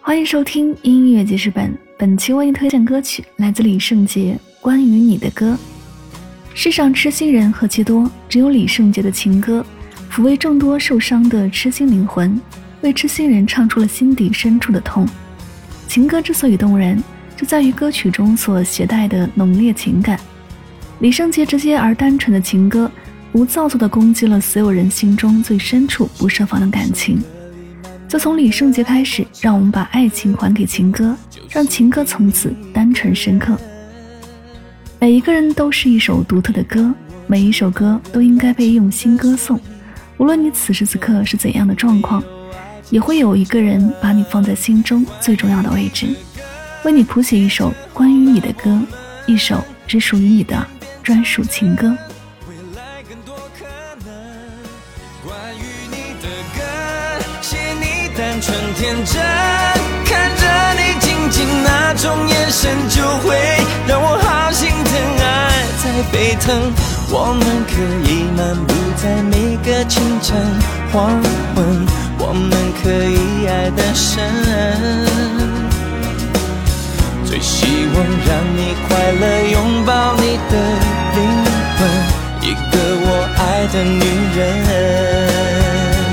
欢迎收听音乐记事本，本期为您推荐歌曲来自李圣杰《关于你的歌》。世上痴心人何其多，只有李圣杰的情歌抚慰众多受伤的痴心灵魂，为痴心人唱出了心底深处的痛。情歌之所以动人，就在于歌曲中所携带的浓烈情感。李圣杰直接而单纯的情歌，无造作地攻击了所有人心中最深处不设防的感情。就从李圣杰开始，让我们把爱情还给情歌，让情歌从此单纯深刻。每一个人都是一首独特的歌，每一首歌都应该被用心歌颂。无论你此时此刻是怎样的状况，也会有一个人把你放在心中最重要的位置，为你谱写一首关于你的歌，一首只属于你的专属情歌。 单纯天真，看着你静静那种眼神，就会让我好心疼，爱在沸腾。我们可以漫步在每个清晨黄昏，我们可以爱得深，最希望让你快乐，拥抱你的灵魂，一个我爱的女人。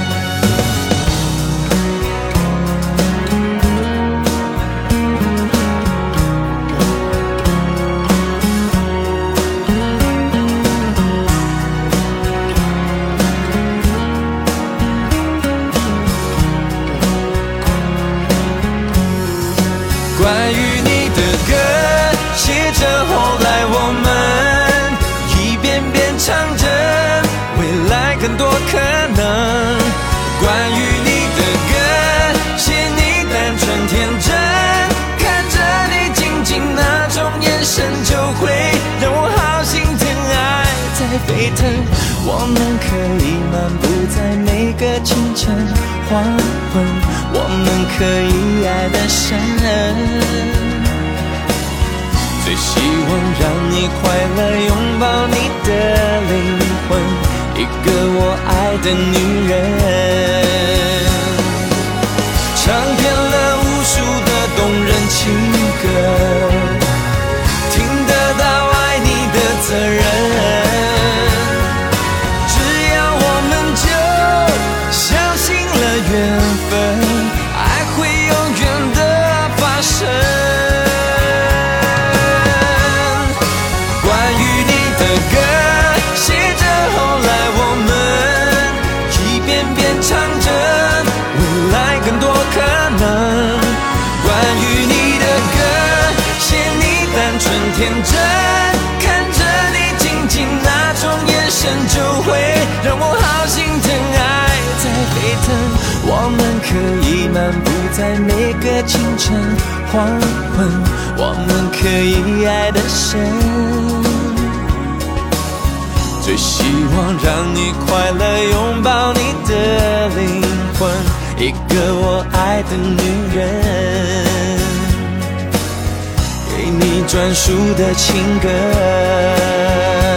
关于你的歌，写着后来我们一遍遍唱着未来更多可能。关于你的歌，写你单纯天真，看着你静静那种眼神，就会让我好心疼，爱在沸腾。我们可以漫步在每个清晨黄昏，我们可以爱得深，最希望让你快乐，拥抱你的灵魂，一个我爱的女人。唱遍了无数的动人情歌，听得到爱你的责任，缘分，爱会永远的发生。关于你的歌，写着后来我们一遍遍唱着未来更多可能。关于你的歌，写你单纯天真，看着你静静那种眼神，就会让我好心疼，爱在沸腾。我们可以漫步在每个清晨黄昏，我们可以爱得深，最希望让你快乐，拥抱你的灵魂，一个我爱的女人，给你专属的情歌。